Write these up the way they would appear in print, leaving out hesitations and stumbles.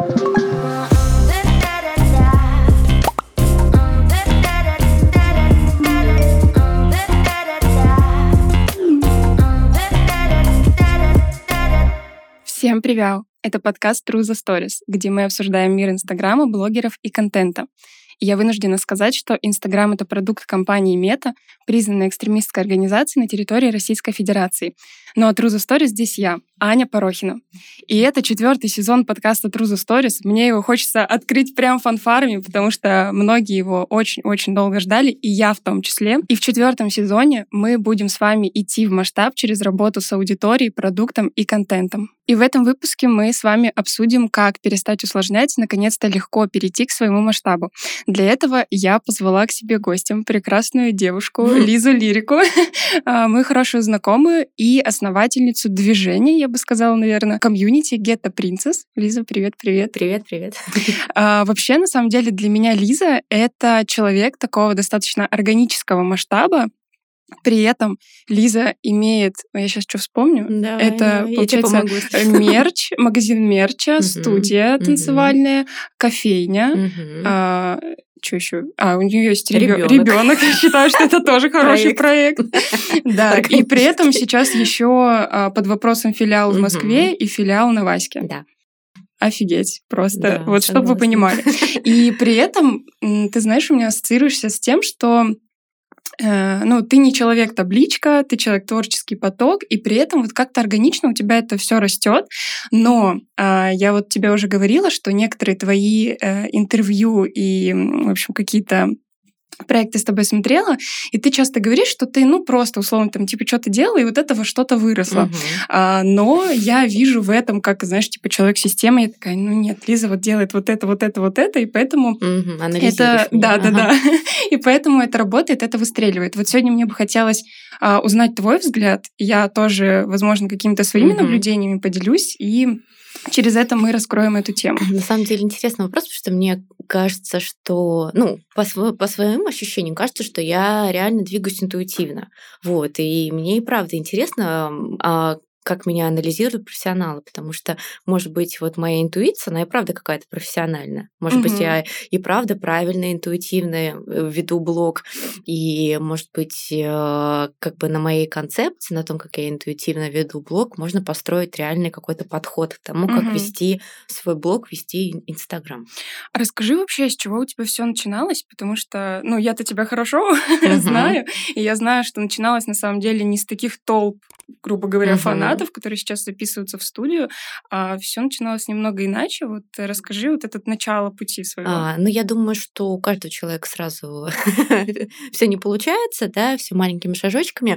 Всем привет! Это подкаст True the Stories, где мы обсуждаем мир Инстаграма, блогеров и контента. И я вынуждена сказать, что Инстаграм — это продукт компании Мета, признанной экстремистской организацией на территории Российской Федерации. Ну а True the Stories здесь я, Аня Порохина. И это 4-й сезон подкаста True the Stories. Мне его хочется открыть прям фанфарами, потому что многие его очень-очень долго ждали, и я в том числе. И в 4-м сезоне мы будем с вами идти в масштаб через работу с аудиторией, продуктом и контентом. И в этом выпуске мы с вами обсудим, как перестать усложнять и, наконец-то, легко перейти к своему масштабу. Для этого я позвала к себе гостем прекрасную девушку Лизу Лирику, мою хорошую знакомую и основательницу движения, я бы сказала, наверное, комьюнити Get a Princess. Лиза, привет-привет. Привет-привет. Вообще, на самом деле, для меня Лиза — это человек такого достаточно органического масштаба. При этом Лиза имеет, я сейчас что вспомню, Давай, это, получается, мерч, магазин мерча, студия танцевальная, кофейня. Что еще? У нее есть ребенок. Я считаю, что это тоже хороший проект. Да. И при этом сейчас еще под вопросом филиал в Москве и филиал на Ваське. Да. Офигеть, просто. Вот чтобы вы понимали. И при этом, ты знаешь, у меня ассоциируешься с тем, что ты не человек-табличка, ты человек творческий поток, и при этом вот как-то органично у тебя это все растет. Но я вот тебе уже говорила, что некоторые твои интервью и, в общем, какие-то проекты с тобой смотрела, и ты часто говоришь, что ты, просто, условно, там, типа, что-то делала, и вот этого что-то выросло. Но я вижу в этом, как, знаешь, типа, человек-система, я такая, нет, Лиза вот делает вот это, и поэтому это... Да. И поэтому это работает, это выстреливает. Вот сегодня мне бы хотелось узнать твой взгляд. Я тоже, возможно, какими-то своими наблюдениями поделюсь, и через это мы раскроем эту тему. На самом деле интересный вопрос, потому что мне кажется, что, по своим ощущениям, кажется, что я реально двигаюсь интуитивно. Вот, и мне и правда интересно, как меня анализируют профессионалы, потому что, может быть, вот моя интуиция, она и правда какая-то профессиональная. Может быть, я и правда правильно, интуитивно веду блог, и, может быть, как бы на моей концепции, на том, как я интуитивно веду блог, можно построить реальный какой-то подход к тому, как вести свой блог, вести Инстаграм. Расскажи вообще, с чего у тебя все начиналось, потому что, я-то тебя хорошо знаю, и я знаю, что начиналось на самом деле не с таких толп, грубо говоря, фанатов, которые сейчас записываются в студию, а все начиналось немного иначе. Вот расскажи вот это начало пути своего. Я думаю, что у каждого человека сразу все не получается, да, все маленькими шажочками.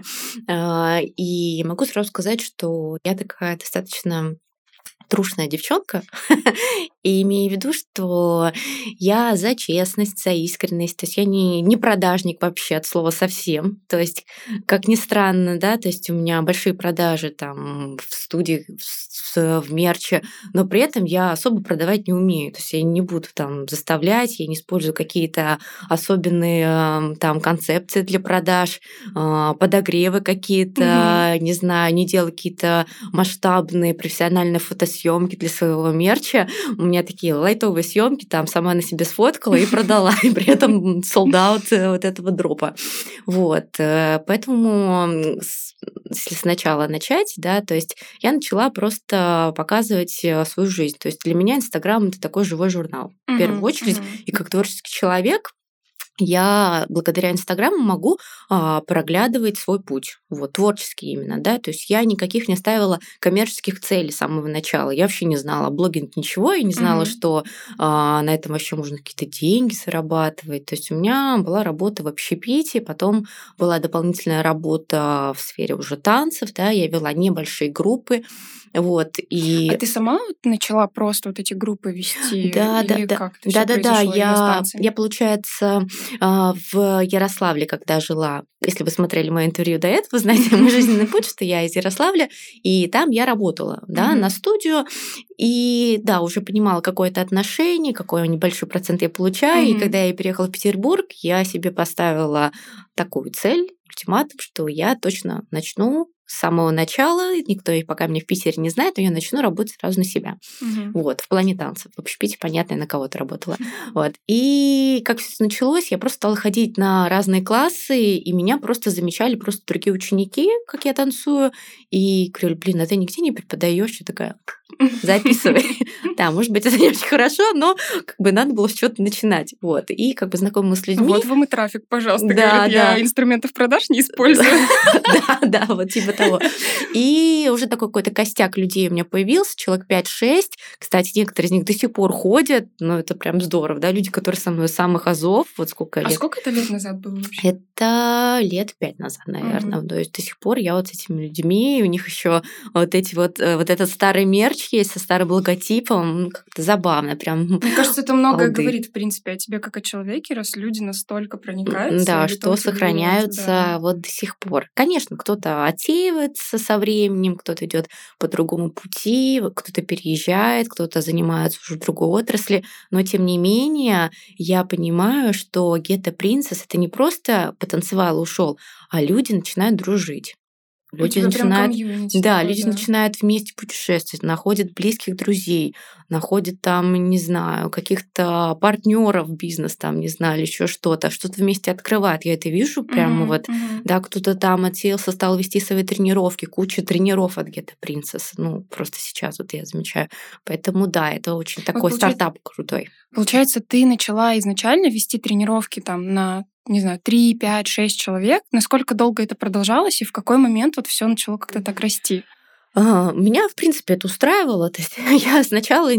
И могу сразу сказать, что я такая достаточно трушная девчонка, и имею в виду, что я за честность, за искренность, то есть я не продажник вообще от слова совсем, то есть, как ни странно, да, то есть у меня большие продажи там в студии, в мерче, но при этом я особо продавать не умею, то есть я не буду там заставлять, я не использую какие-то особенные там концепции для продаж, подогревы какие-то, не знаю, не делаю какие-то масштабные профессиональные фотосъемки для своего мерча. У меня такие лайтовые съемки, там сама на себе сфоткала и продала, и при этом sold out вот этого дропа. Вот, поэтому если сначала начать, да, то есть я начала просто показывать свою жизнь. То есть для меня Инстаграм — это такой живой журнал, в первую очередь. И как творческий человек я благодаря Инстаграму могу проглядывать свой путь, вот, творческий именно, да, то есть я никаких не ставила коммерческих целей с самого начала, я вообще не знала о блогинге ничего, и не знала, что на этом вообще можно какие-то деньги зарабатывать, то есть у меня была работа в общепите, потом была дополнительная работа в сфере уже танцев, да, я вела небольшие группы, вот, и... А ты сама начала просто вот эти группы вести? Да, я, получается, в Ярославле, когда жила, если вы смотрели мое интервью до этого, знаете мой жизненный путь, что я из Ярославля, и там я работала, да, на студию, и, да, уже понимала какое-то отношение, какой небольшой процент я получаю, и когда я переехала в Петербург, я себе поставила такую цель, ультиматум, что я точно начну с самого начала, никто пока меня в Питере не знает, но я начну работать сразу на себя. Вот, в плане танцев. В общепите, понятно, я на кого ты работала. Вот. И как все это началось, я просто стала ходить на разные классы, и меня просто замечали просто другие ученики, как я танцую, и говорили, блин, а ты нигде не преподаешь? Я такая, записывай. Да, может быть, это не очень хорошо, но как бы надо было с чего-то начинать. Вот. И как бы знакомилась с людьми. Вот вам и трафик, пожалуйста, говорит, я инструментов продаж не использую. Да, вот типа того. И уже такой какой-то костяк людей у меня появился, человек 5-6. Кстати, некоторые из них до сих пор ходят, но это прям здорово, да, люди, которые со мной с самых азов, вот сколько лет. А сколько это лет назад было вообще? Это лет 5 назад, наверное. То есть до сих пор я вот с этими людьми, у них еще вот эти вот этот старый мерч есть со старым логотипом, как-то забавно прям. Мне кажется, это многое говорит, в принципе, о тебе как о человеке, раз люди настолько проникаются. Да, что сохраняются вот до сих пор. Конечно, кто-то отсеивается со временем, кто-то идет по другому пути, кто-то переезжает, кто-то занимается уже в другой отрасли, но тем не менее я понимаю, что Ghetto Princess — это не просто потанцевал и ушел, а люди начинают дружить. Люди начинают, люди начинают вместе путешествовать, находят близких друзей, находят там, не знаю, каких-то партнеров бизнес, там, не знаю, или еще что-то вместе открывают. Я это вижу прямо да, кто-то там отсеялся, стал вести свои тренировки, куча тренеров от Ghetto Princess. Ну, просто сейчас вот я замечаю. Поэтому да, это очень такой стартап крутой. Получается, ты начала изначально вести тренировки там на, не знаю, 3, 5, 6 человек. Насколько долго это продолжалось и в какой момент вот все начало как-то так расти? Меня, в принципе, это устраивало. То есть я сначала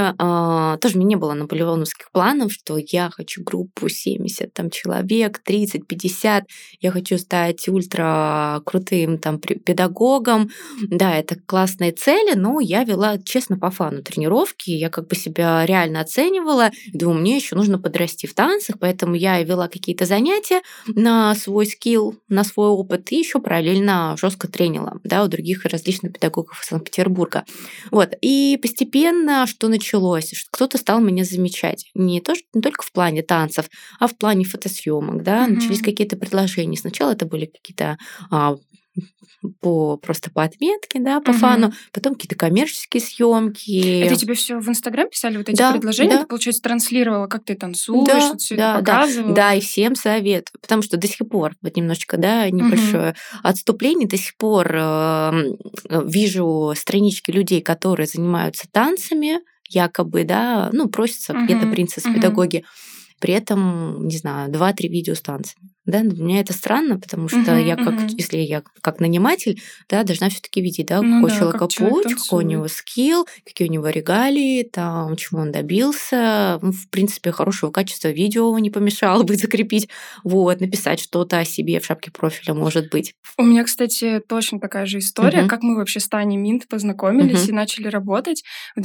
тоже мне не было наполеоновских планов, что я хочу группу 70 там, человек, 30, 50. Я хочу стать ультра крутым там, педагогом. Да, это классные цели, но я вела, честно, по фану тренировки. Я как бы себя реально оценивала. Думаю, мне еще нужно подрасти в танцах, поэтому я вела какие-то занятия на свой скилл, на свой опыт и еще параллельно жестко тренила, да, у других различных педагогов из Санкт-Петербурга. Вот. И постепенно что началось? Что кто-то стал меня замечать. Не только в плане танцев, а в плане фотосъемок. Да? Начались какие-то предложения. Сначала это были какие-то просто по отметке, да, по фану, потом какие-то коммерческие съемки. Это тебе все в Инстаграм писали вот эти предложения? Ты, получается, транслировала, как ты танцуешь, вот все это показывала? Да, и всем советую, потому что до сих пор, вот немножечко, да, небольшое отступление, до сих пор вижу странички людей, которые занимаются танцами, якобы, да, просятся где-то принцесс-педагоги, при этом, не знаю, 2-3 видео с танцами. Да, для меня это странно, потому что если я как наниматель, да, должна все-таки видеть, да, какой у человека путь, какой у него скилл, какие у него регалии, там, чего он добился. В принципе, хорошего качества видео не помешало бы закрепить, вот, написать что-то о себе в шапке профиля, может быть. У меня, кстати, точно такая же история, как мы вообще с Таней Минт познакомились и начали работать. В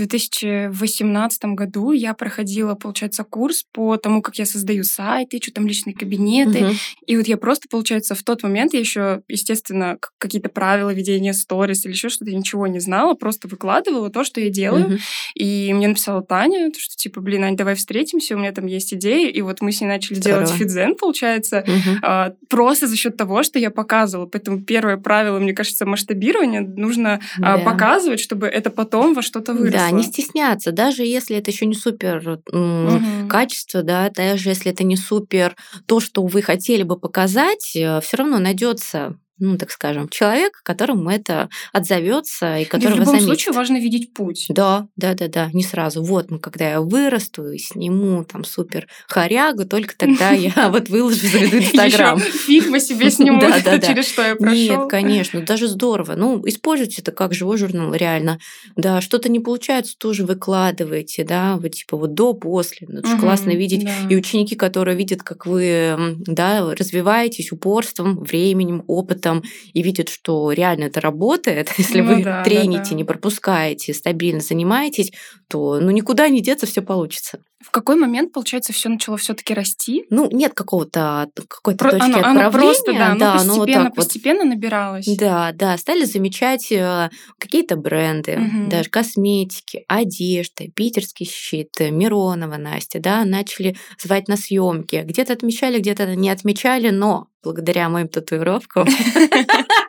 2018 году я проходила, получается, курс по тому, как я создаю сайты, что там личные кабинеты. И вот я просто, получается, в тот момент я еще, естественно, какие-то правила ведения сторис или еще что-то, я ничего не знала, просто выкладывала то, что я делаю. И мне написала Таня, что типа, блин, Ань, давай встретимся, у меня там есть идеи. И вот мы с ней начали делать фидзен, получается, просто за счет того, что я показывала. Поэтому первое правило, мне кажется, масштабирования нужно показывать, чтобы это потом во что-то выросло. Да, не стесняться, даже если это еще не супер качество, да, даже если это не супер то, что вы хотели бы показать, все равно найдется, так скажем, человек, которому это отзовется и который вас заметит. В любом случае важно видеть путь. Да, не сразу. Вот, когда я вырасту и сниму там супер хорягу, только тогда я вот выложу, заведу Инстаграм. Фигма себе сниму, через что я прошел. Нет, конечно, даже здорово. Используйте это как живой журнал, реально. Да, что-то не получается, тоже выкладывайте, да, вот типа вот до, после. Это же классно видеть. И ученики, которые видят, как вы, да, развиваетесь упорством, временем, опытом, и видят, что реально это работает, если вы трените, не пропускаете, стабильно занимаетесь, то никуда не деться, все получится. В какой момент, получается, все начало все-таки расти? Нет какой-то точки отправления. Оно просто, постепенно набиралось. Да, стали замечать какие-то бренды, даже косметики, одежды, питерский щит, Миронова Настя, да, начали звать на съемки. Где-то отмечали, где-то не отмечали, но благодаря моим татуировкам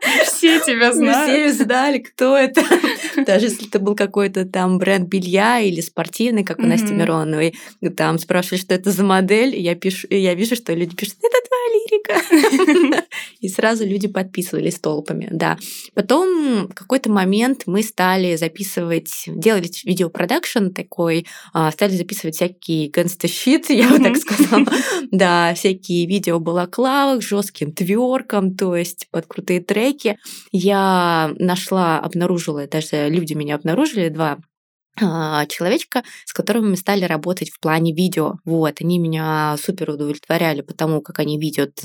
Все тебя знают. Все знали, кто это. Даже если это был какой-то там бренд белья или спортивный, как у Насти Мироновой, там спрашивали, что это за модель, я вижу, что люди пишут: это твоя лирика. И сразу люди подписывались толпами, да. Потом в какой-то момент мы стали делали видеопродакшн такой, стали записывать всякие gangsta-shit, я бы так сказала. Да, всякие видео о балаклавах, жестким тверком, то есть под крутые треки. Я обнаружила, даже люди меня обнаружили, 2 человечка, с которыми мы стали работать в плане видео. Вот, они меня супер удовлетворяли, потому как они видят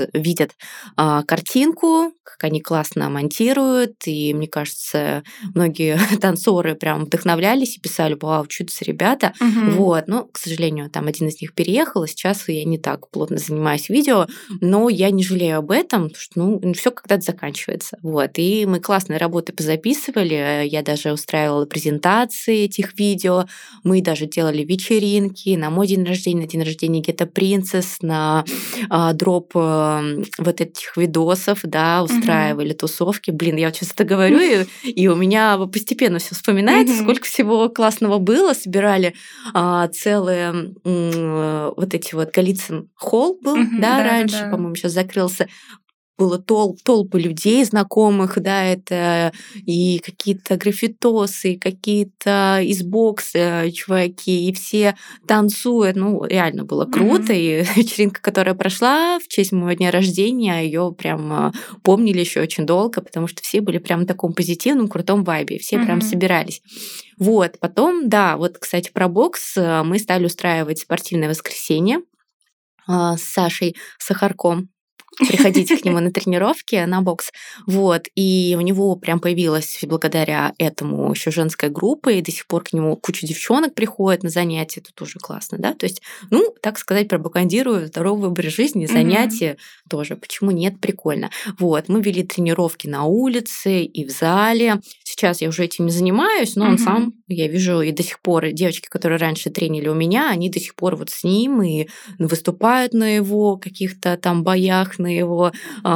картинку, как они классно монтируют, и мне кажется, многие танцоры прям вдохновлялись и писали: вау, что это за ребята. Вот, но, к сожалению, там один из них переехал, и сейчас я не так плотно занимаюсь видео, но я не жалею об этом, потому что все когда-то заканчивается. Вот, и мы классные работы позаписывали, я даже устраивала презентации этих видео, мы даже делали вечеринки на мой день рождения, на день рождения Гетто Принцесс, на дроп вот этих видосов, да, устраивали тусовки. Блин, я вот сейчас это говорю, и у меня постепенно все вспоминается, сколько всего классного было. Собирали целые вот эти вот Голицын холл был, да, раньше, по-моему, сейчас закрылся. Было толпы людей знакомых, да, это и какие-то граффитосы, и какие-то из бокса чуваки, и все танцуют. Ну, реально было круто. И вечеринка, которая прошла в честь моего дня рождения, ее прям помнили еще очень долго, потому что все были прям в таком позитивном, крутом вайбе, все прям собирались. Вот, потом, да, вот, кстати, про бокс мы стали устраивать спортивное воскресенье с Сашей Сахарком. Приходите к нему на тренировки, на бокс. Вот. И у него прям появилась благодаря этому еще женская группа, и до сих пор к нему куча девчонок приходит на занятия. Это тоже классно, да? То есть, ну, так сказать, пропагандирую здоровый образ жизни, занятия тоже. Почему нет? Прикольно. Вот. Мы вели тренировки на улице и в зале. Сейчас я уже этим не занимаюсь, но он сам, я вижу, и до сих пор девочки, которые раньше тренили у меня, они до сих пор вот с ним и выступают на его каких-то там боях, на его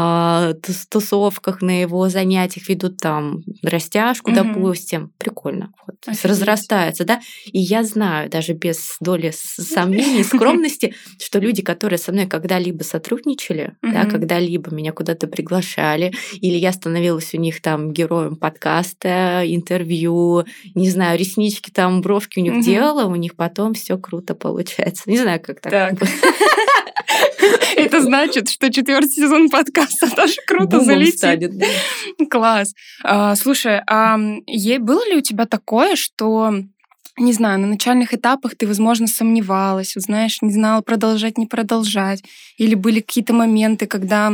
тусовках, на его занятиях, ведут там растяжку, допустим. Прикольно. Вот. Разрастается, да? И я знаю, даже без доли сомнений и скромности, что люди, которые со мной когда-либо сотрудничали, да, когда-либо меня куда-то приглашали, или я становилась у них там героем подкаста, интервью, не знаю, реснички там, бровки у них делала, у них потом все круто получается. Не знаю, как так. Это значит, что 4-й сезон подкаста тоже круто залетит. Класс. Слушай, было ли у тебя такое, что, не знаю, на начальных этапах ты, возможно, сомневалась, вот, знаешь, не знала, продолжать, не продолжать, или были какие-то моменты, когда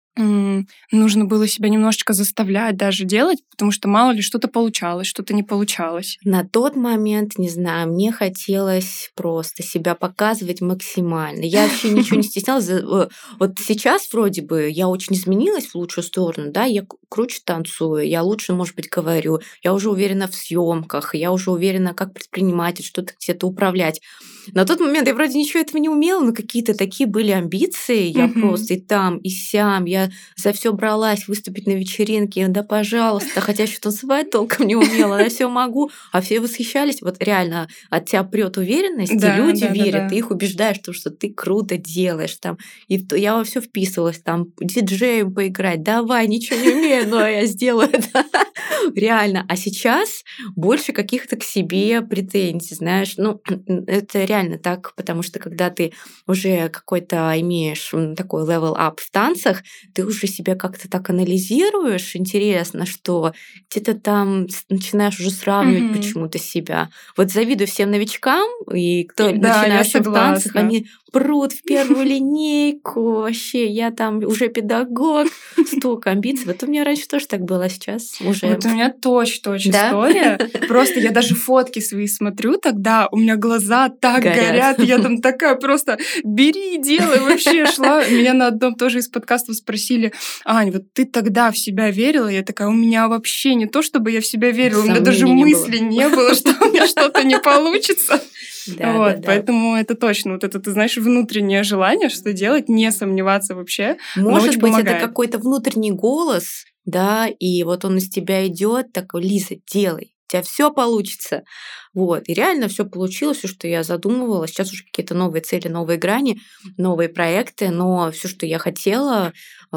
нужно было себя немножечко заставлять даже делать, потому что мало ли что-то получалось, что-то не получалось. На тот момент, не знаю, мне хотелось просто себя показывать максимально. Я вообще ничего не стеснялась. Вот сейчас вроде бы я очень изменилась в лучшую сторону, да, я круче танцую, я лучше, может быть, говорю, я уже уверена в съемках, я уже уверена, как предприниматель, что-то где-то управлять. На тот момент я вроде ничего этого не умела, но какие-то такие были амбиции. Я просто и там, и сям, я за все бралась выступить на вечеринке, да, пожалуйста, хотя еще танцевать толком не умела, я все могу, а все восхищались. Вот реально от тебя прет уверенность, и люди верят, ты их убеждаешь, что ты круто делаешь. Там. И я во все вписывалась, там, диджеем поиграть, давай, ничего не умею, но я сделаю это. Реально. А сейчас больше каких-то к себе претензий, знаешь. Ну, это реально так, потому что когда ты уже какой-то имеешь такой level up в танцах, ты уже себя как-то так анализируешь, интересно, что где-то там начинаешь уже сравнивать почему-то себя. Вот завидую всем новичкам, и кто начинающий в танцах, они прут в первую линейку, вообще, я там уже педагог, столько амбиций. Вот у меня раньше тоже так было, а сейчас уже... Вот у меня точно история. Просто я даже фотки свои смотрю тогда, у меня глаза так горят, я там такая просто бери, делай, вообще шла. Меня на одном тоже из подкастов спросили: Ань, вот ты тогда в себя верила? Я такая: у меня вообще не то, чтобы я в себя верила, у меня даже мысли не было, что у меня что-то не получится. Поэтому это точно, вот это, ты знаешь, внутреннее желание, что делать, не сомневаться вообще. Может быть, это какой-то внутренний голос, да, и вот он из тебя идет, такой: Лиза, делай, у тебя все получится. Вот. И реально все получилось, все, что я задумывала. Сейчас уже какие-то новые цели, новые грани, новые проекты, но все, что я хотела,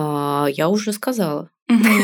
я уже сказала.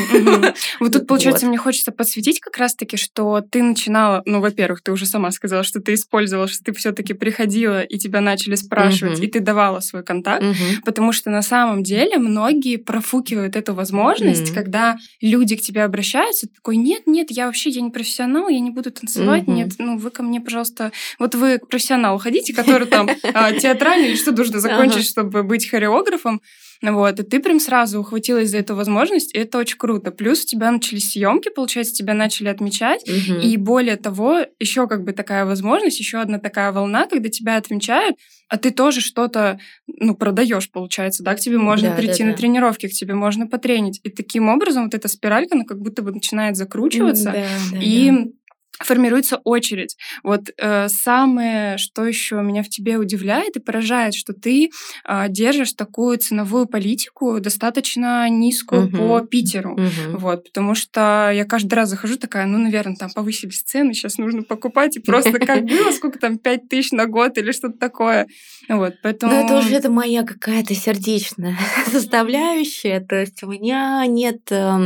Вот тут, получается, Вот. мне хочется подсветить как раз-таки, что ты начинала, ну, во-первых, ты уже сама сказала, что ты использовала, что ты все-таки приходила, и тебя начали спрашивать, и ты давала свой контакт, потому что на самом деле многие профукивают эту возможность, когда люди к тебе обращаются, ты такой: нет, я вообще, я не профессионал, я не буду танцевать, нет, ну, вы ко мне, пожалуйста, вот вы к профессионалу ходите, который там театральный или что нужно закончить, чтобы быть хореографом. Вот, и ты прям сразу ухватилась за эту возможность, и это очень круто. Плюс у тебя начались съемки, получается, тебя начали отмечать, и более того, еще как бы такая возможность, еще одна такая волна, когда тебя отмечают, а ты тоже что-то, ну, продаешь, получается, да, к тебе можно прийти на тренировки, к тебе можно потренить. И таким образом вот эта спиралька, она как будто бы начинает закручиваться, и формируется очередь. Вот самое, что еще меня в тебе удивляет и поражает, что ты держишь такую ценовую политику достаточно низкую по Питеру. Вот, потому что я каждый раз захожу такая: ну, наверное, там повысились цены, сейчас нужно покупать, и просто как было, сколько там, 5000 на год или что-то такое. Вот, поэтому... Ну, это уже моя какая-то сердечная составляющая. То есть у меня нет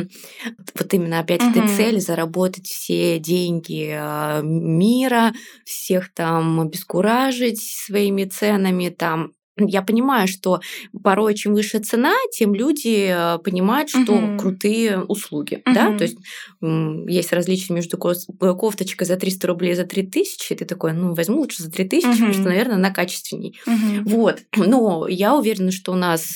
вот именно опять этой цели заработать все деньги мира, всех там обескуражить своими ценами там. Я понимаю, что порой чем выше цена, тем люди понимают, что крутые услуги. Да? То есть есть различия между кофточкой за 300 рублей и за 3000, и ты такой: ну, возьму лучше за 3000, потому что, наверное, она качественней. Вот. Но я уверена, что у нас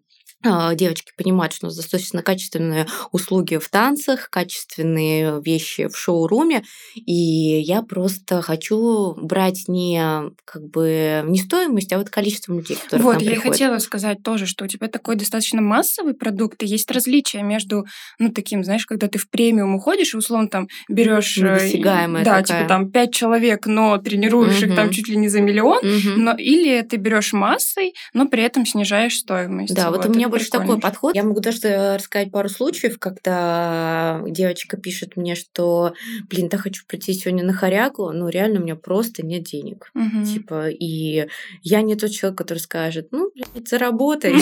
девочки понимают, что у нас достаточно качественные услуги в танцах, качественные вещи в шоуруме, и я просто хочу брать не стоимость, а вот количество людей, которые вот, к нам я и приходят. хотела сказать тоже, что у тебя такой достаточно массовый продукт, и есть различия между, ну, таким, знаешь, когда ты в премиум уходишь, и условно там берешь недосягаемая да, такая. типа там 5 человек, но тренируешь их там чуть ли не за миллион, но или ты берешь массой, но при этом снижаешь стоимость. Да, вот у меня больше прикольно. такой подход. Я могу даже рассказать пару случаев, когда девочка пишет мне, что: блин, так хочу прийти сегодня на хорягу, но реально у меня просто нет денег. Типа, и я не тот человек, который скажет: ну, блядь, заработай.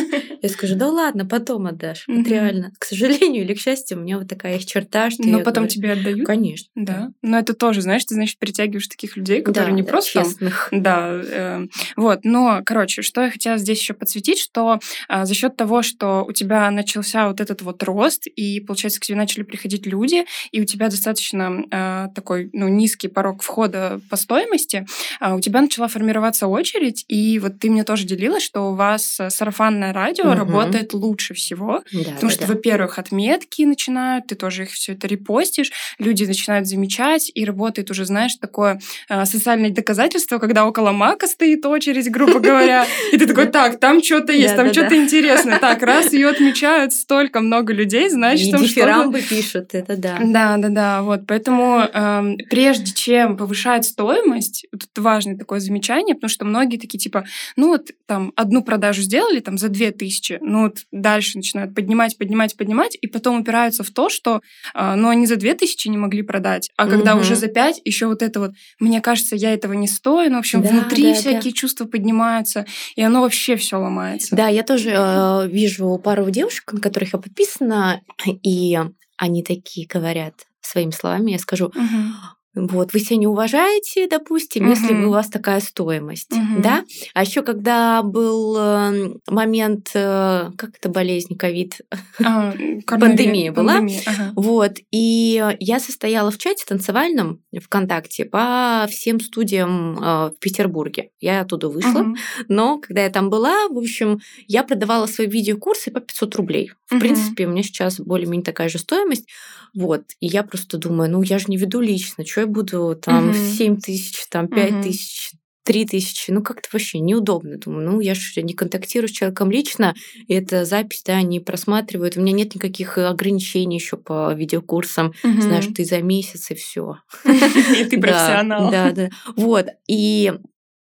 Я скажу: да ладно, потом отдашь. Вот реально. К сожалению или к счастью, у меня вот такая есть черта, что но я потом говорю: тебе отдают? конечно. Да. Но это тоже, знаешь, ты, значит, притягиваешь таких людей, которые не просто честных. там... Да. Вот. Но, короче, что я хотела здесь еще подсветить, что за счет того, что у тебя начался вот этот вот рост, и, получается, к тебе начали приходить люди, и у тебя достаточно такой, ну, низкий порог входа по стоимости, у тебя начала формироваться очередь, и вот ты мне тоже делилась, что у вас сарафанное радио работает лучше всего, потому что, во-первых, отметки начинают, ты тоже их все это репостишь, люди начинают замечать, и работает уже, знаешь, такое социальное доказательство, когда около Мака стоит очередь, грубо говоря, и ты такой: так, там что-то есть, там что-то интересное. Так, раз ее отмечают столько много людей, значит, там что-то... дифирамбы пишут, это да. Да, вот, поэтому прежде чем повышать стоимость, тут важное такое замечание, потому что многие такие типа: ну вот там одну продажу сделали там за 2000, ну вот дальше начинают поднимать, и потом упираются в то, что ну они за 2000 не могли продать, а когда уже за 5, еще вот это вот: мне кажется, я этого не стою, ну, в общем, внутри всякие чувства поднимаются, и оно вообще все ломается. Да, я тоже вижу пару девушек, на которых я подписана, и они такие говорят своими словами, я скажу: вот, вы себя не уважаете, допустим, если у вас такая стоимость, да? А еще когда был момент, как это болезнь, ковид, пандемия была, вот, и я состояла в чате танцевальном ВКонтакте по всем студиям в Петербурге. Я оттуда вышла, но когда я там была, в общем, я продавала свои видеокурсы по 500 рублей. В принципе, у меня сейчас более-менее такая же стоимость. Вот, и я просто думаю: ну, я же не веду лично, что я буду там 7000, там 5000, 3000, ну, как-то вообще неудобно. Думаю, ну, я же не контактирую с человеком лично, и эта запись, да, не просматривают. У меня нет никаких ограничений еще по видеокурсам. Знаешь, ты за месяц, и все. И ты профессионал. Да. Вот, и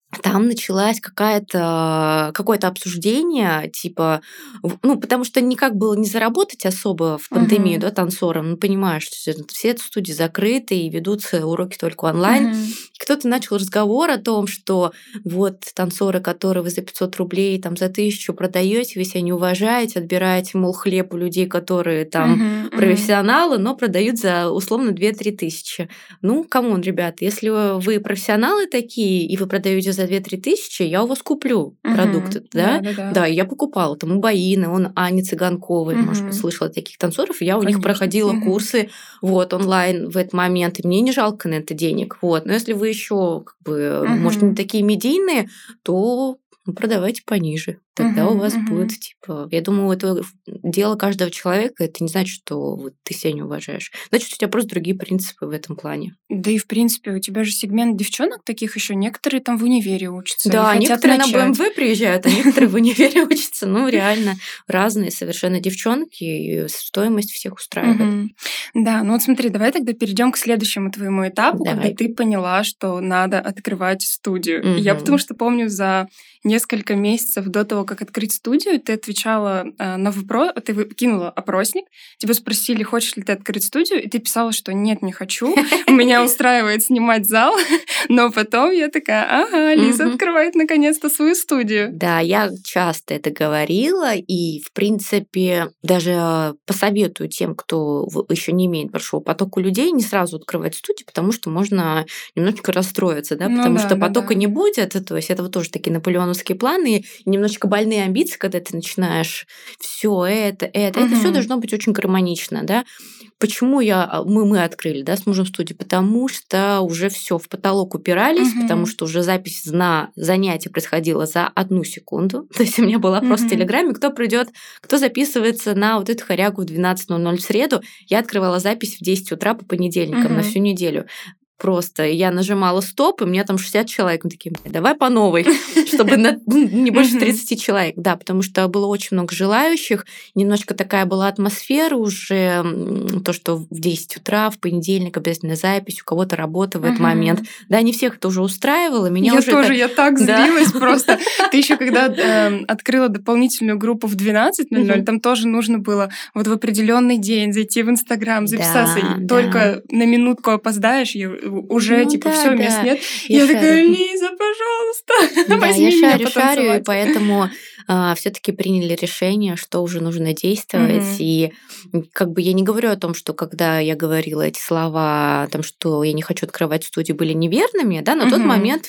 там началось какое-то обсуждение, типа, ну, потому что никак было не заработать особо в пандемию, да, танцорам. Ну, понимаешь, что все студии закрыты и ведутся уроки только онлайн. И кто-то начал разговор о том, что вот танцоры, которые вы за 500 рублей, там, за 1000 продаете, вы себя не уважаете, отбираете, мол, хлеб у людей, которые там профессионалы, но продают за условно 2-3 тысячи. Ну, камон, ребята, если вы профессионалы такие, и вы продаете за 2-3 тысячи, я у вас куплю продукты, да? Да, я покупала там у Баины, Ани Цыганковой, может быть, слышала таких танцоров, я у них проходила курсы вот онлайн в этот момент, и мне не жалко на это денег, вот. Но если вы еще как бы, может, не такие медийные, то продавайте пониже. Тогда у вас будет, типа, я думаю, это дело каждого человека, это не значит, что вот ты себя не уважаешь. Значит, у тебя просто другие принципы в этом плане. Да и, в принципе, у тебя же сегмент девчонок таких еще, некоторые там в универе учатся. Да, некоторые на БМВ приезжают, а некоторые в универе учатся. Ну, реально, разные совершенно девчонки, и стоимость всех устраивает. Да, ну вот смотри, давай тогда перейдем к следующему твоему этапу, когда ты поняла, что надо открывать студию. Я потому что помню, за несколько месяцев до того, как открыть студию, ты отвечала на вопрос, ты кинула опросник, тебя спросили, хочешь ли ты открыть студию, и ты писала, что нет, не хочу, меня устраивает снимать зал, но потом я такая, ага, Лиза открывает наконец-то свою студию. Да, я часто это говорила, и, в принципе, даже посоветую тем, кто еще не имеет большого потока людей, не сразу открывать студию, потому что можно немножечко расстроиться, да, потому что потока не будет, то есть это вот тоже такие наполеоновские планы, немножечко больные амбиции, когда ты начинаешь все это все должно быть очень гармонично, да. Почему мы открыли, да, с мужем студию? Потому что уже все в потолок упирались, потому что уже запись на занятие происходила за 1 секунду. То есть у меня была просто в Телеграме, кто придет, кто записывается на вот эту хорягу в 12:00 в среду. Я открывала запись в 10 утра по понедельникам на всю неделю. Просто я нажимала стоп, и у меня там 60 человек. Мы такие, давай по новой, чтобы не больше 30 человек. Да, потому что было очень много желающих. Немножко такая была атмосфера уже, то, что в 10 утра, в понедельник обязательно запись, у кого-то работа в этот момент. Да, не всех это уже устраивало. Меня я тоже, я так злилась просто. Ты еще когда открыла дополнительную группу в 12:00, там тоже нужно было вот в определенный день зайти в Инстаграм, записаться. И только на минутку опоздаешь, уже все, мест нет. Я такая, Лиза, пожалуйста, возьми меня потанцевать. Я шарю, и поэтому все-таки приняли решение, что уже нужно действовать. И как бы я не говорю о том, что когда я говорила эти слова, о том, что я не хочу открывать студию, были неверными, да, на тот момент,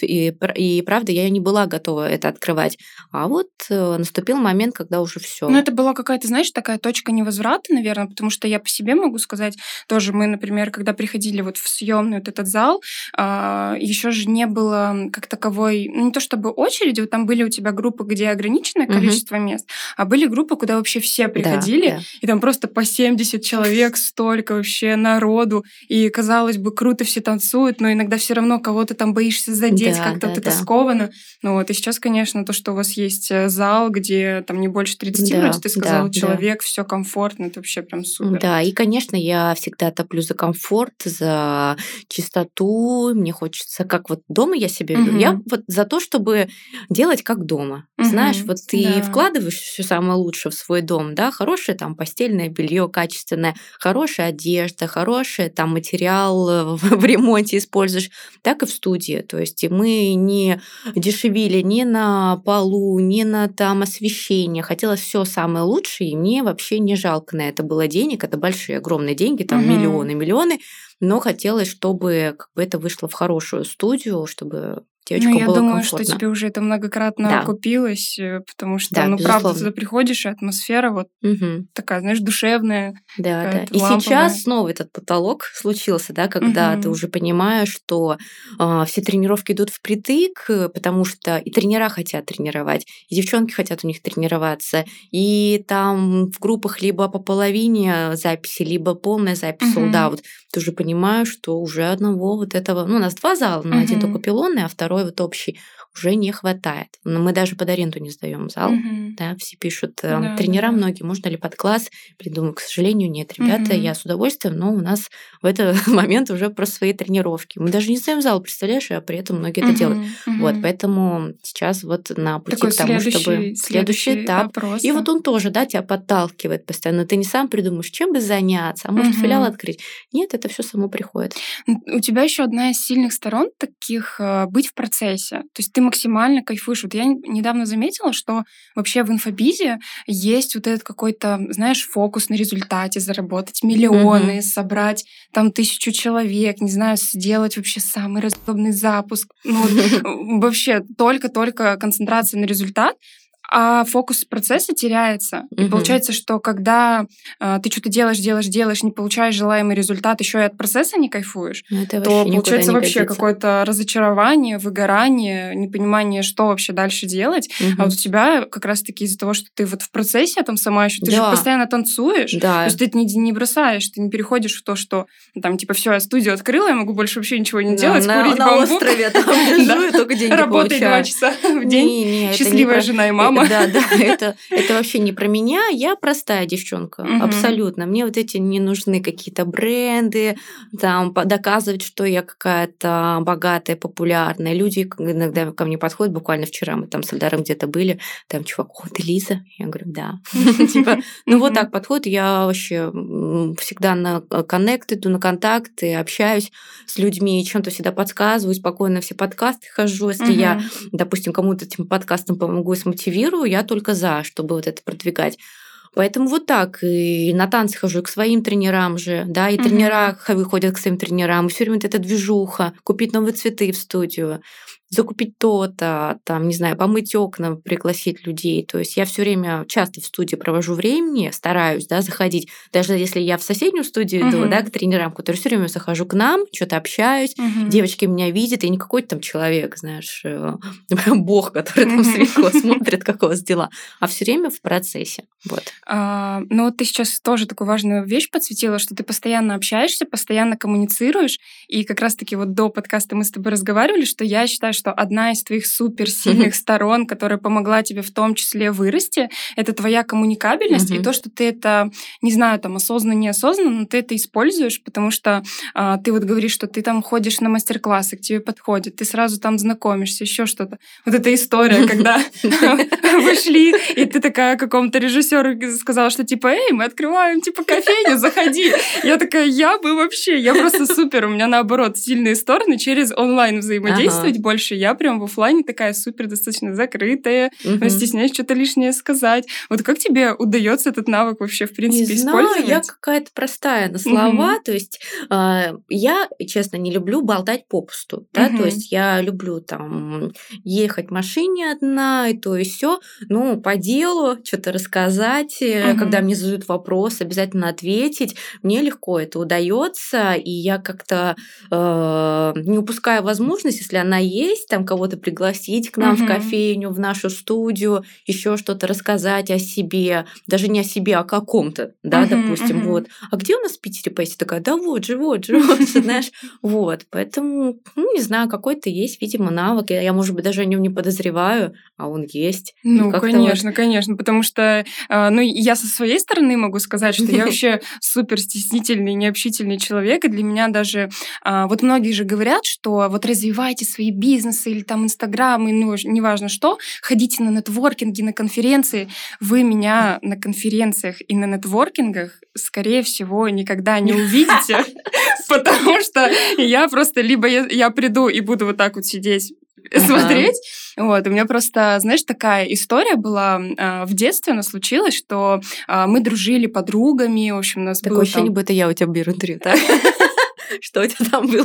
и правда, я не была готова это открывать. А вот наступил момент, когда уже все. Ну, это была какая-то, знаешь, такая точка невозврата, наверное, потому что я по себе могу сказать, тоже мы, например, когда приходили вот в съемный вот этот зал, еще же не было как таковой, ну, не то чтобы очереди, вот там были у тебя группы, где ограниченное количество мест, а были группы, куда вообще все приходили, и там просто по 70 человек, столько вообще народу, и, казалось бы, круто все танцуют, но иногда все равно кого-то там боишься задеть, как-то вот это сковано. Ну вот, и сейчас, конечно, то, что у вас есть зал, где там не больше 30, вроде ты сказала, человек, все комфортно, это вообще прям супер. Да, и, конечно, я всегда топлю за комфорт, за чистоту, мне хочется, как вот дома я себя веду, я вот за то, чтобы делать как дома. Знаешь, вот ты вкладываешь все самое лучшее в свой дом, да, хорошее там постельное белье качественное, хорошая одежда, хороший там материал в ремонте используешь, так и в студии. То есть мы не дешевили ни на полу, ни на там освещение. Хотелось все самое лучшее, и мне вообще не жалко на это было денег. Это большие, огромные деньги, там миллионы. Но хотелось, чтобы как бы это вышло в хорошую студию, чтобы девочка была думаю, комфортно. Что тебе уже это многократно окупилось, потому что, ну, правда, ты туда приходишь, и атмосфера вот такая, знаешь, душевная. Да. И сейчас снова этот потолок случился, да, когда ты уже понимаешь, что все тренировки идут впритык, потому что и тренера хотят тренировать, и девчонки хотят у них тренироваться, и там в группах либо по половине записи, либо полная запись sold out. Ты уже понимаешь, что уже одного вот этого... Ну, у нас 2 зала, но один только пилонный, а второй вот общий. уже не хватает. Но мы даже под аренду не сдаем зал. Да, все пишут, тренера многие, можно ли под класс? Придумаю, к сожалению, нет, ребята, я с удовольствием, но у нас в этот момент уже просто свои тренировки. Мы даже не сдаем зал, представляешь, а при этом многие это делают. Вот, поэтому сейчас вот на пути такой к тому, чтобы следующий этап. вопрос, И вот он тоже, да, тебя подталкивает постоянно. Ты не сам придумаешь, чем бы заняться, а может филиал открыть. Нет, это все само приходит. У тебя еще одна из сильных сторон таких быть в процессе. То есть ты максимально кайфуешь. Вот я недавно заметила, что вообще в инфобизе есть вот этот какой-то, знаешь, фокус на результате, заработать миллионы, собрать там 1000 человек, не знаю, сделать вообще самый разумный запуск. Ну, вообще только концентрация на результат, а фокус процесса теряется. И получается, что когда ты что-то делаешь, не получаешь желаемый результат, еще и от процесса не кайфуешь, то получается вообще какое-то разочарование, выгорание, непонимание, что вообще дальше делать. А вот у тебя как раз-таки из-за того, что ты вот в процессе там сама еще, ты же постоянно танцуешь, то есть ты это не бросаешь, ты не переходишь в то, что там типа все, я студию открыла, я могу больше вообще ничего не делать, курить на бамбук. острове там лежу и только деньги работай получаю. 2 часа в день, счастливая жена и мама. Да, это вообще не про меня. Я простая девчонка, абсолютно. Мне вот эти не нужны какие-то бренды, там, доказывать, что я какая-то богатая, популярная. Люди иногда ко мне подходят, буквально вчера мы там с Эльдаром где-то были, там чувак, о, ты Лиза? Я говорю, да. Типа, ну вот так подходит, я вообще всегда на коннект иду, на контакты, общаюсь с людьми, чем-то всегда подсказываю, спокойно все подкасты хожу. Если я, допустим, кому-то этим подкастом помогу и смотивирую, я только за, чтобы вот это продвигать. Поэтому вот так. И на танцы хожу и к своим тренерам же, да, и тренера выходят к своим тренерам. И все время вот эта движуха, купить новые цветы в студию, закупить то-то, там, не знаю, помыть окна, пригласить людей. То есть я все время часто в студии провожу времени, стараюсь, да, заходить. Даже если я в соседнюю студию иду, да, к тренерам, которые все время захожу к нам, что-то общаюсь, девочки меня видят, и не какой-то там человек, знаешь, бог, который там сверху смотрит, как у вас дела, а все время в процессе. Вот. Ну вот ты сейчас тоже такую важную вещь подсветила, что ты постоянно общаешься, постоянно коммуницируешь, и как раз-таки вот до подкаста мы с тобой разговаривали, что я считаю, что одна из твоих суперсильных сторон, которая помогла тебе в том числе вырасти, это твоя коммуникабельность и то, что ты это, не знаю, там осознанно, неосознанно, но ты это используешь, потому что ты вот говоришь, что ты там ходишь на мастер-классы, к тебе подходят, ты сразу там знакомишься, еще что-то. Вот эта история, когда вы шли, и ты такая какому-то режиссеру сказала, что типа, эй, мы открываем типа кофейню, заходи. Я такая, я просто супер, у меня наоборот сильные стороны, через онлайн взаимодействовать больше. Я прям в офлайне такая супер достаточно закрытая, стесняюсь что-то лишнее сказать. Вот как тебе удается этот навык вообще в принципе использовать? Я какая-то простая на слова, то есть я, честно, не люблю болтать попусту, да, то есть я люблю там ехать в машине одна и то и все, ну, по делу что-то рассказать, когда мне задают вопрос, обязательно ответить. Мне легко это удается, и я как-то не упускаю возможность, если она есть, там кого-то пригласить к нам в кофейню, в нашу студию, еще что-то рассказать о себе, даже не о себе, а о каком-то, да, допустим, вот. А где у нас в Питере поесть? Такая, да вот же, знаешь, вот. Поэтому, ну, не знаю, какой-то есть, видимо, навык. Я, может быть, даже о нем не подозреваю, а он есть. Ну, конечно, потому что, ну, я со своей стороны могу сказать, что я вообще супер стеснительный, необщительный человек, и для меня даже, вот многие же говорят, что вот развивайте свои бизнесы или там инстаграмы, ну, неважно что, ходите на нетворкинги, на конференции. Вы меня на конференциях и на нетворкингах, скорее всего, никогда не увидите, потому что я просто либо я приду и буду вот так вот сидеть, смотреть. Вот. У меня просто, знаешь, такая история была в детстве, она случилась, что мы дружили подругами, в общем, у нас такое ощущение, будто я у тебя беру интервью, так? Что у тебя там было?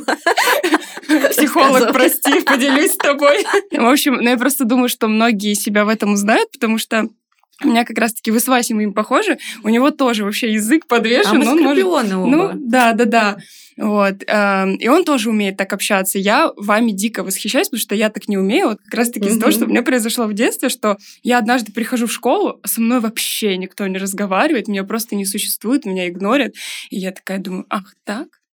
Психолог, прости, поделюсь с тобой. В общем, ну я просто думаю, что многие себя в этом узнают, потому что у меня как раз-таки вы с Васей моим похожи, у него тоже вообще язык подвешен. А мы скорпионы оба. Ну, да. Вот. И он тоже умеет так общаться. Я вами дико восхищаюсь, потому что я так не умею. Вот как раз-таки из-за того, что у меня произошло в детстве, что я однажды прихожу в школу, а со мной вообще никто не разговаривает, меня просто не существует, меня игнорят. И я такая думаю, ах, так?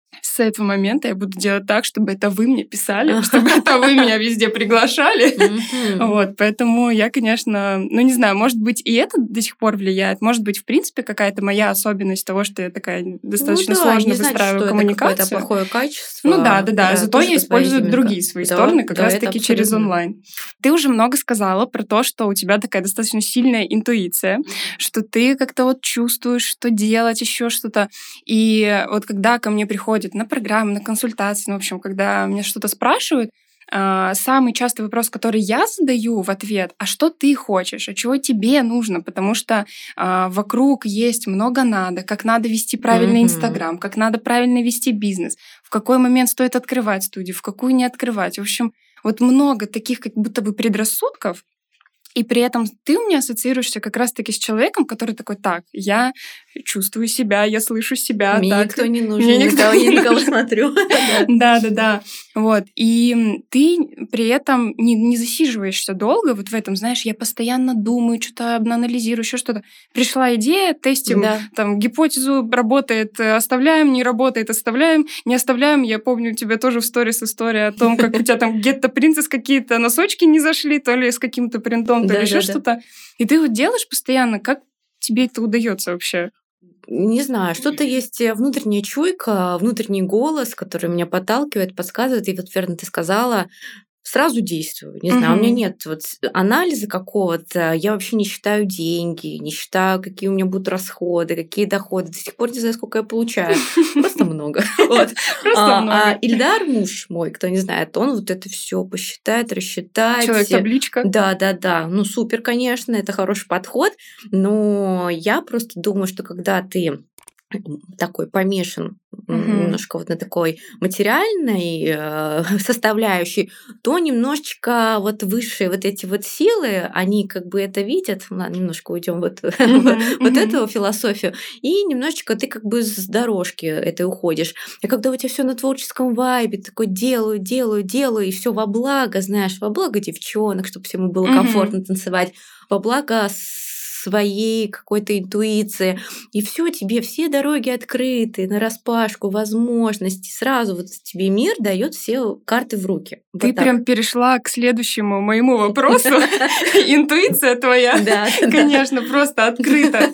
с этого момента я буду делать так, чтобы это вы мне писали, чтобы это вы меня везде приглашали. Вот, поэтому я, конечно, ну не знаю, может быть, и это до сих пор влияет, может быть, в принципе, какая-то моя особенность того, что я такая достаточно сложно выстраиваю коммуникацию. Это плохое качество. Ну да, зато я использую другие свои стороны как раз-таки через онлайн. Ты уже много сказала про то, что у тебя такая достаточно сильная интуиция, что ты как-то вот чувствуешь, что делать, еще что-то. И вот когда ко мне приходят на программы, на консультации, ну, в общем, когда меня что-то спрашивают, самый частый вопрос, который я задаю в ответ, а что ты хочешь, а чего тебе нужно, потому что вокруг есть много надо, как надо вести правильный Инстаграм, как надо правильно вести бизнес, в какой момент стоит открывать студию, в какую не открывать. В общем, вот много таких как будто бы предрассудков, и при этом ты у меня ассоциируешься как раз-таки с человеком, который такой, так, я чувствую себя, я слышу себя. Мне так, никто не нужен, я никого смотрю. Да. Вот. И ты при этом не засиживаешься долго вот в этом, знаешь, я постоянно думаю, что-то анализирую, еще что-то. Пришла идея, тестим, там, гипотезу, работает, оставляем, не работает, оставляем, не оставляем. Я помню, у тебя тоже в сторис история о том, как у тебя там Ghetto Princess какие-то носочки не зашли, то ли с каким-то принтом, то ли еще что-то. И ты вот делаешь постоянно, как тебе это удается вообще? Не знаю, что-то есть внутренняя чуйка, внутренний голос, который меня подталкивает, подсказывает. И вот, верно, ты сказала, сразу действую. Не знаю, у меня нет вот анализа какого-то. Я вообще не считаю деньги, не считаю, какие у меня будут расходы, какие доходы. До сих пор не знаю, сколько я получаю. Просто много. А Ильдар, муж мой, кто не знает, он вот это все посчитает, рассчитает. Человек-табличка. Да. Ну, супер, конечно, это хороший подход. Но я просто думаю, что когда ты такой помешан немножко вот на такой материальной составляющей, то немножечко вот высшие вот эти вот силы, они как бы это видят, ладно, немножко уйдем вот эту философию, и немножечко ты как бы с дорожки этой уходишь. И когда у тебя все на творческом вайбе, такой делаю, и все во благо, знаешь, во благо девчонок, чтобы всему было комфортно танцевать, во благо своей какой-то интуиции, и все тебе, все дороги открыты, нараспашку, возможности, сразу вот тебе мир дает все карты в руки. Ты прям перешла к следующему моему вопросу. Интуиция твоя, конечно, просто открыта.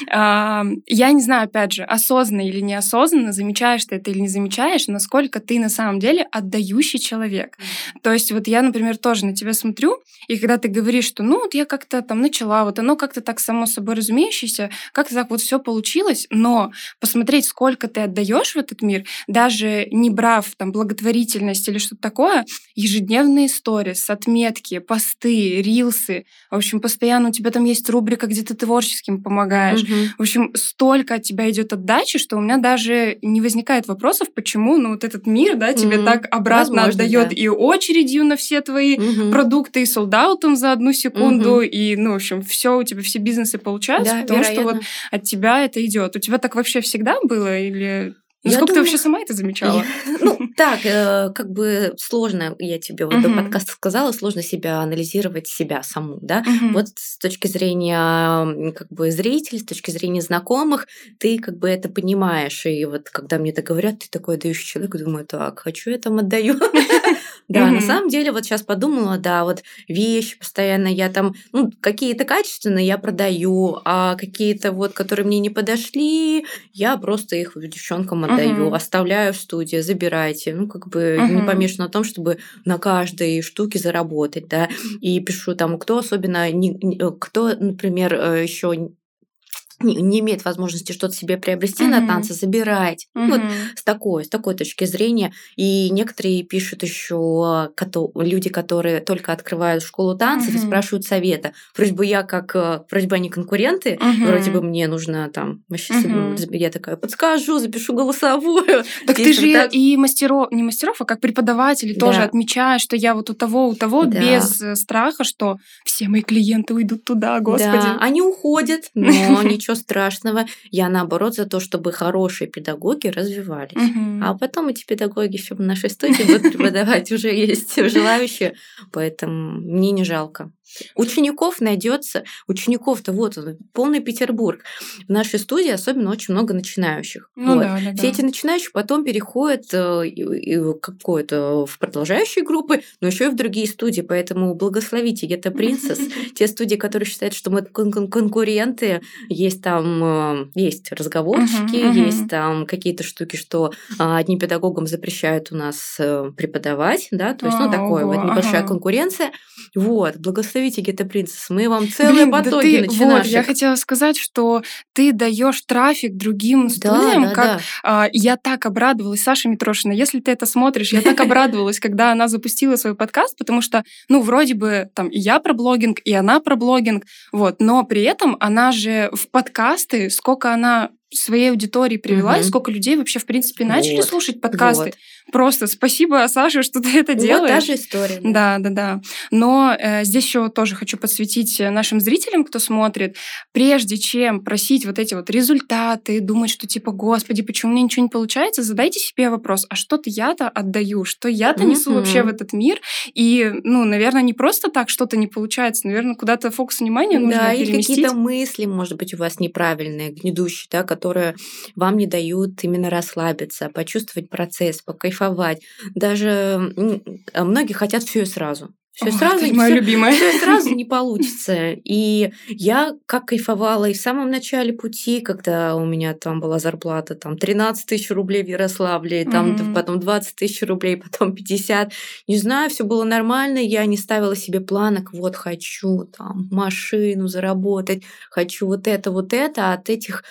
Я не знаю, опять же, осознанно или неосознанно, замечаешь ты это или не замечаешь, насколько ты на самом деле отдающий человек. То есть вот я, например, тоже на тебя смотрю, и когда ты говоришь, что ну вот я как-то там начала, вот оно как-то так само собой разумеющееся, как-то так вот все получилось, но посмотреть, сколько ты отдаешь в этот мир, даже не брав там благотворительность или что-то такое, ежедневные сторис, отметки, посты, рилсы, в общем, постоянно у тебя там есть рубрика, где ты творческим помогаешь. В общем, столько от тебя идет отдачи, что у меня даже не возникает вопросов, почему, ну, вот этот мир, да, тебе так обратно отдает и очередью на все твои продукты, и солдаутом за 1 секунду, и, ну, в общем, все у тебя, все бизнесы получаются, потому что вот от тебя это идет. У тебя так вообще всегда было или... Насколько ты вообще сама это замечала? Ну, так, как бы сложно, я тебе вот до подкаста сказала, сложно себя анализировать, себя саму, да. Вот с точки зрения как бы зрителей, с точки зрения знакомых, ты как бы это понимаешь. И вот когда мне это говорят, ты такой отдающий человек, думаю, так, хочу, я там отдаю. Да, на самом деле, вот сейчас подумала, да, вот вещи постоянно я там, ну, какие-то качественные я продаю, а какие-то вот, которые мне не подошли, я просто их девчонкам отдаю, оставляю в студии, забирайте. Ну, как бы не помешана на том, чтобы на каждой штуке заработать, да. И пишу там, кто особенно, кто, например, еще не имеет возможности что-то себе приобрести на танцы, забирать. Вот с такой точки зрения. И некоторые пишут еще люди, которые только открывают школу танцев и спрашивают совета. Вроде бы они конкуренты, вроде бы мне нужно там, вообще, я такая, подскажу, запишу голосовую. Так ты же и не мастеров, а как преподаватели тоже отмечаешь, что я вот у того, без страха, что все мои клиенты уйдут туда, господи. Да, они уходят, но ничего страшного. Я, наоборот, за то, чтобы хорошие педагоги развивались. А потом эти педагоги еще в нашей студии будут преподавать. Уже есть желающие, поэтому мне не жалко. Учеников найдется, учеников-то вот он, полный Петербург. В нашей студии особенно очень много начинающих. Ну вот. да, да, Все да. эти начинающие потом переходят в продолжающие группы, но еще и в другие студии, поэтому благословите Гетто Принцесс. Те студии, которые считают, что мы конкуренты, есть там есть разговорчики, есть там какие-то штуки, что одним педагогам запрещают у нас преподавать, да, то есть, такое вот небольшая конкуренция. Вот, благословите Гетто Принцесс, мы вам целые потоки начинающих. Вот, я хотела сказать, что ты даешь трафик другим студиям, я так обрадовалась, Саша Митрошина, если ты это смотришь, я так обрадовалась, когда она запустила свой подкаст, потому что, вроде бы там и я про блогинг, и она про блогинг, вот, но при этом она же в подкасты, сколько она своей аудитории привела, и сколько людей вообще, в принципе, начали слушать подкасты. Вот. Просто спасибо, Саша, что ты это делаешь. Вот та же история. Да. Но здесь еще тоже хочу подсветить нашим зрителям, кто смотрит, прежде чем просить вот эти вот результаты, думать, что типа, господи, почему у меня ничего не получается, задайте себе вопрос, а что-то я-то отдаю, что я-то несу вообще в этот мир, и, наверное, не просто так что-то не получается, наверное, куда-то фокус внимания нужно переместить. Да, или какие-то мысли, может быть, у вас неправильные, гнедущие, да, которые вам не дают именно расслабиться, почувствовать процесс, покайфовать. Даже многие хотят все и сразу. Все сразу, это моя любимая. Все сразу не получится. И я как кайфовала и в самом начале пути, когда у меня там была зарплата 13 тысяч рублей в Ярославле, потом 20 тысяч рублей, потом 50. Не знаю, все было нормально, я не ставила себе планок, вот хочу там машину заработать, хочу вот это, а от этих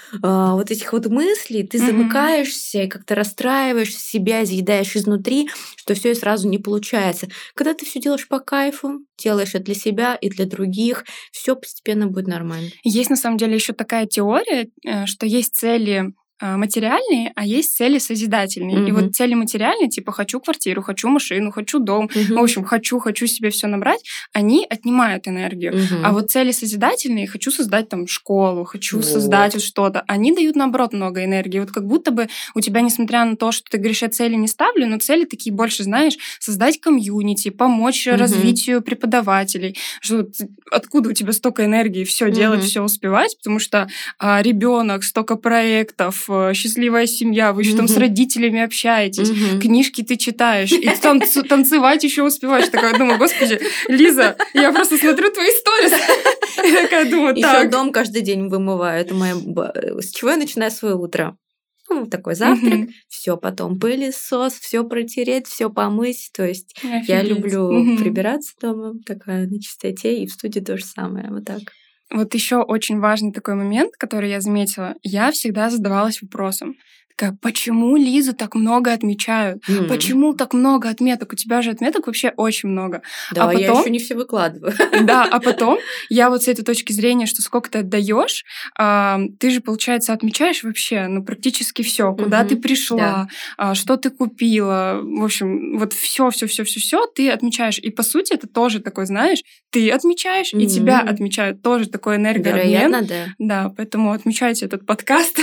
мыслей ты замыкаешься и как-то расстраиваешь себя, съедаешь изнутри, что все и сразу не получается. Когда ты все делаешь по кайфу, делаешь это для себя и для других, все постепенно будет нормально. Есть на самом деле еще такая теория, что есть цели материальные, а есть цели созидательные. И вот цели материальные, типа хочу квартиру, хочу машину, хочу дом, в общем, хочу себе все набрать, они отнимают энергию. А вот цели созидательные, хочу создать там школу, хочу создать вот что-то, они дают, наоборот, много энергии. Вот как будто бы у тебя, несмотря на то, что ты говоришь, я цели не ставлю, но цели такие больше, знаешь, создать комьюнити, помочь развитию преподавателей. Что, откуда у тебя столько энергии все делать, все успевать, потому что ребенок, столько проектов, счастливая семья, вы еще там с родителями общаетесь, книжки ты читаешь, и там танцевать еще успеваешь. Такая думаю, господи, Лиза, я просто смотрю твои сторис. Я такая думаю, так. Еще дом каждый день вымываю. Это с чего я начинаю свое утро? Такой завтрак, все, потом пылесос, все протереть, все помыть. То есть я люблю прибираться дома, такая на чистоте, и в студии то же самое. Вот так. Вот еще очень важный такой момент, который я заметила. Я всегда задавалась вопросом. Такая, почему Лизу так много отмечают? Почему так много отметок? У тебя же отметок вообще очень много. Да, потом, я еще не все выкладываю. Да, а потом я вот с этой точки зрения, что сколько ты отдаешь, ты же, получается, отмечаешь вообще, практически все, куда ты пришла, что ты купила, в общем, вот все ты отмечаешь. И по сути это тоже такой, знаешь, ты отмечаешь, и тебя отмечают, тоже такой энергообмен. Вероятно, да. Да, поэтому отмечайте этот подкаст.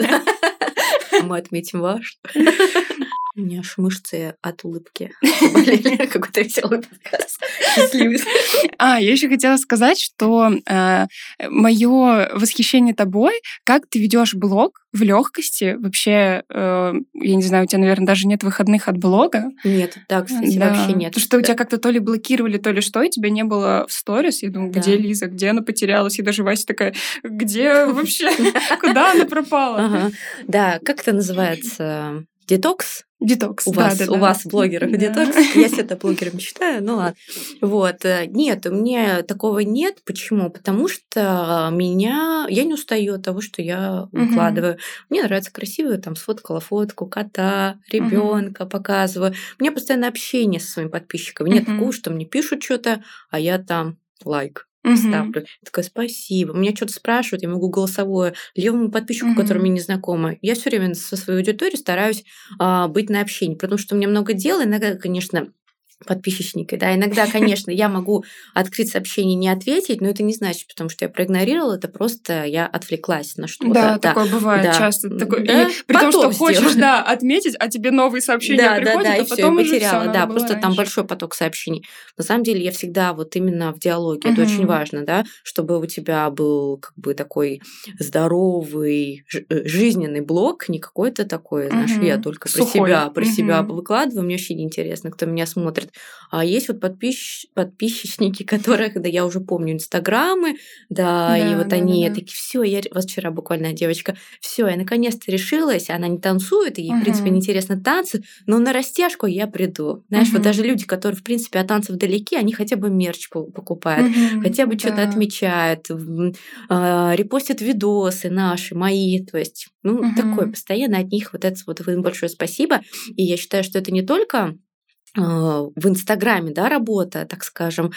Мы отметим ваш. У меня аж мышцы от улыбки болели. Какой-то веселый подкаст. Счастливый. Я еще хотела сказать, что мое восхищение тобой, как ты ведешь блог в легкости. Вообще, я не знаю, у тебя, наверное, даже нет выходных от блога. Нет, да, кстати, вообще нет. Потому что у тебя как-то то ли блокировали, то ли что, и тебя не было в сторис. Я думаю, где Лиза, где она потерялась? И даже Вася такая, где вообще? Куда она пропала? Да, как это называется? Детокс? Детокс, у вас, блогеров, детокс. Я себя блогером считаю, ну ладно. Вот. Нет, у меня такого нет. Почему? Потому что я не устаю от того, что я выкладываю. Мне нравится красиво, там сфоткала фотку кота, ребенка показываю. У меня постоянно общение со своими подписчиками. Нет такого, что мне пишут что-то, а я там лайк ставлю. Такая, спасибо. Меня что-то спрашивают, я могу голосовое левому подписчику, который мне не знакомый. Я все время со своей аудиторией стараюсь быть на общении, потому что у меня много дел, иногда, конечно, подписчики, да. Иногда, конечно, я могу открыть сообщение, не ответить, но это не значит, потому что я проигнорировала, это просто я отвлеклась на что-то. Да, такое бывает да, часто. да, И при том, что хочешь, сделаю. да, отметить, а тебе новые сообщения приходят, и а всё, потом и уже всё, потеряла. надо Да, было просто там раньше. большой поток сообщений. На самом деле я всегда вот именно в диалоге. Это очень важно, да, чтобы у тебя был как бы такой здоровый, жизненный блог, не какой-то такой, знаешь, я только Сухой. про себя выкладываю, мне вообще неинтересно, кто меня смотрит. А есть вот подписчики, которых, да, я уже помню инстаграмы, да, и вот они такие: все, я вот вчера буквально девочка, все, я наконец-то решилась, она не танцует, и ей, в принципе, неинтересно танцы, но на растяжку я приду. Знаешь, вот даже люди, которые, в принципе, от танцев далеки, они хотя бы мерч покупают, хотя бы что-то отмечают, репостят видосы наши, мои, то есть, такое, постоянно от них вот это вот им большое спасибо. И я считаю, что это не только в Инстаграме, да, работа, так скажем,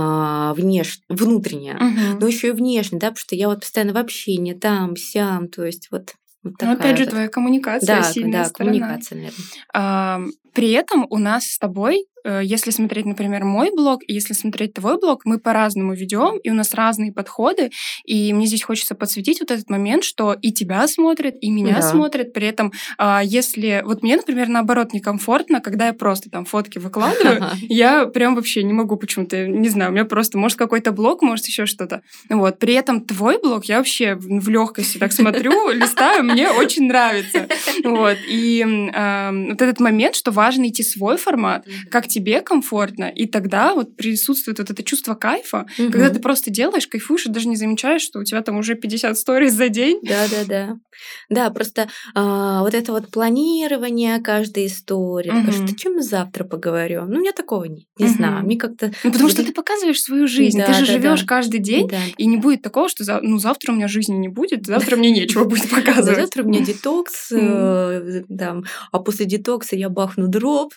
внутренняя, но еще и внешняя, да, потому что я вот постоянно в общении, там, сям, то есть вот такая. Опять же, твоя коммуникация сильная сторона. Коммуникация, наверное. При этом у нас с тобой, если смотреть, например, мой блог, и если смотреть твой блог, мы по-разному ведем, и у нас разные подходы. И мне здесь хочется подсветить вот этот момент, что и тебя смотрят, и меня смотрят. При этом, если... Вот мне, например, наоборот, некомфортно, когда я просто там фотки выкладываю, я прям вообще не могу почему-то, не знаю, у меня просто, может, какой-то блог, может, еще что-то. Вот. При этом твой блог я вообще в легкости так смотрю, листаю, мне очень нравится. Вот. И вот этот момент, что важно найти свой формат, как тебе комфортно, и тогда вот присутствует вот это чувство кайфа, когда ты просто делаешь, кайфуешь, и даже не замечаешь, что у тебя там уже 50 сториз за день. Да. Да, просто вот это вот планирование каждой истории. Что чем мы завтра поговорим? Ну, у меня такого нет. Не знаю, мне как-то... Ну, потому что ты показываешь свою жизнь. Ты же живешь каждый день, и не будет такого, что завтра у меня жизни не будет, завтра мне нечего будет показывать. Завтра у меня детокс, а после детокса я бахну дроп.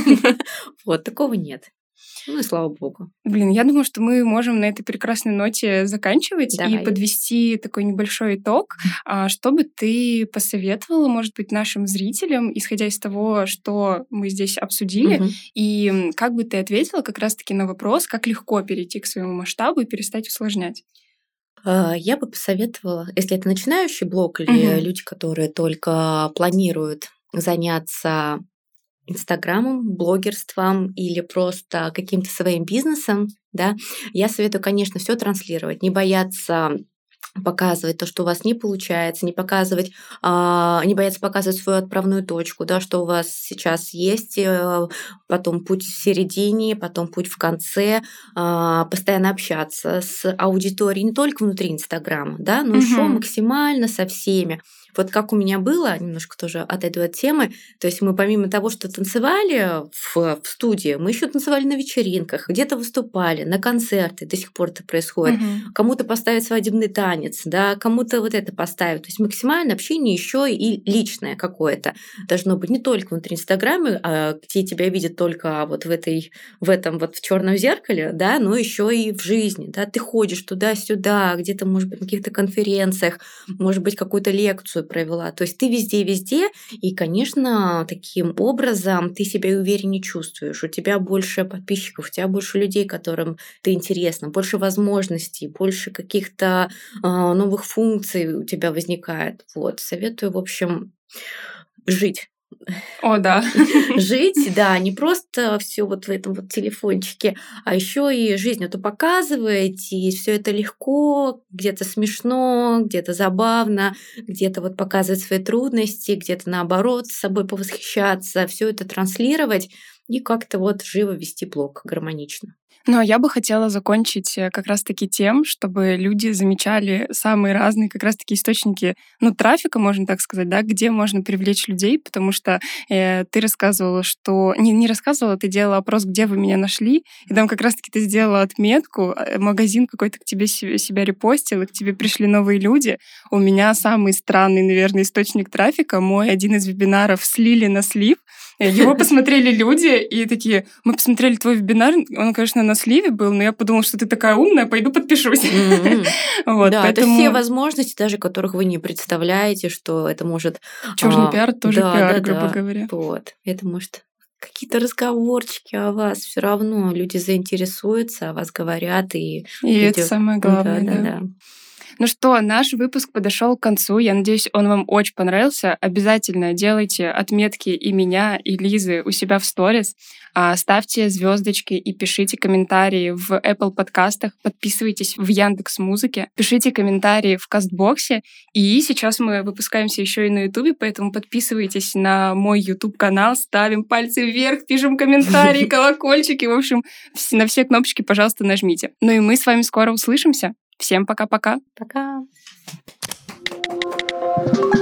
Вот, такого нет. Ну и слава богу. Блин, я думаю, что мы можем на этой прекрасной ноте заканчивать и Давай. подвести такой небольшой итог. Что бы ты посоветовала, может быть, нашим зрителям, исходя из того, что мы здесь обсудили, и как бы ты ответила как раз-таки на вопрос, как легко перейти к своему масштабу и перестать усложнять? Я бы посоветовала, если это начинающий блог или люди, которые только планируют заняться Инстаграмом, блогерством или просто каким-то своим бизнесом, да, я советую, конечно, все транслировать, не бояться показывать то, что у вас не получается, не бояться показывать свою отправную точку, да, что у вас сейчас есть, потом путь в середине, потом путь в конце, постоянно общаться с аудиторией не только внутри Инстаграма, да, но еще максимально со всеми. Вот как у меня было, немножко тоже отойду от темы, то есть мы помимо того, что танцевали в студии, мы еще танцевали на вечеринках, где-то выступали, на концерты, до сих пор это происходит. Кому-то поставить свадебный танец, да, кому-то вот это поставить. То есть максимально общение еще и личное какое-то должно быть не только внутри Инстаграма, где тебя видят только вот в этом вот в черном зеркале, да, но еще и в жизни, да, ты ходишь туда-сюда, где-то, может быть, на каких-то конференциях, может быть, какую-то лекцию провела. То есть ты везде, и, конечно, таким образом ты себя увереннее чувствуешь. У тебя больше подписчиков, у тебя больше людей, которым ты интересна, больше возможностей, больше каких-то новых функций у тебя возникает. Вот. Советую, в общем, жить. О, да. Жить, да, не просто все вот в этом вот телефончике, а еще и жизнь эту показывать, и все это легко, где-то смешно, где-то забавно, где-то вот показывать свои трудности, где-то наоборот с собой повосхищаться, все это транслировать и как-то вот живо вести блог гармонично. Ну, а я бы хотела закончить как раз-таки тем, чтобы люди замечали самые разные как раз-таки источники, трафика, можно так сказать, да, где можно привлечь людей, потому что ты рассказывала, что... Не рассказывала, ты делала опрос, где вы меня нашли, и там как раз-таки ты сделала отметку, магазин какой-то к тебе себя репостил, и к тебе пришли новые люди. У меня самый странный, наверное, источник трафика, мой один из вебинаров слили на слив, его посмотрели люди и такие: мы посмотрели твой вебинар, он, конечно, на сливе был, но я подумала, что ты такая умная, пойду подпишусь. Да, это все возможности, даже которых вы не представляете, что это может... Черный пиар тоже пиар, грубо говоря. Вот, это может какие-то разговорчики о вас, все равно люди заинтересуются, о вас говорят, и это самое главное, да. Да. Ну что, наш выпуск подошел к концу. Я надеюсь, он вам очень понравился. Обязательно делайте отметки и меня, и Лизы у себя в сторис. Ставьте звездочки и пишите комментарии в Apple подкастах. Подписывайтесь в Яндекс.Музыке. Пишите комментарии в Кастбоксе. И сейчас мы выпускаемся еще и на Ютубе, поэтому подписывайтесь на мой YouTube-канал, ставим пальцы вверх, пишем комментарии, колокольчики. В общем, на все кнопочки, пожалуйста, нажмите. Ну и мы с вами скоро услышимся. Всем пока-пока. Пока.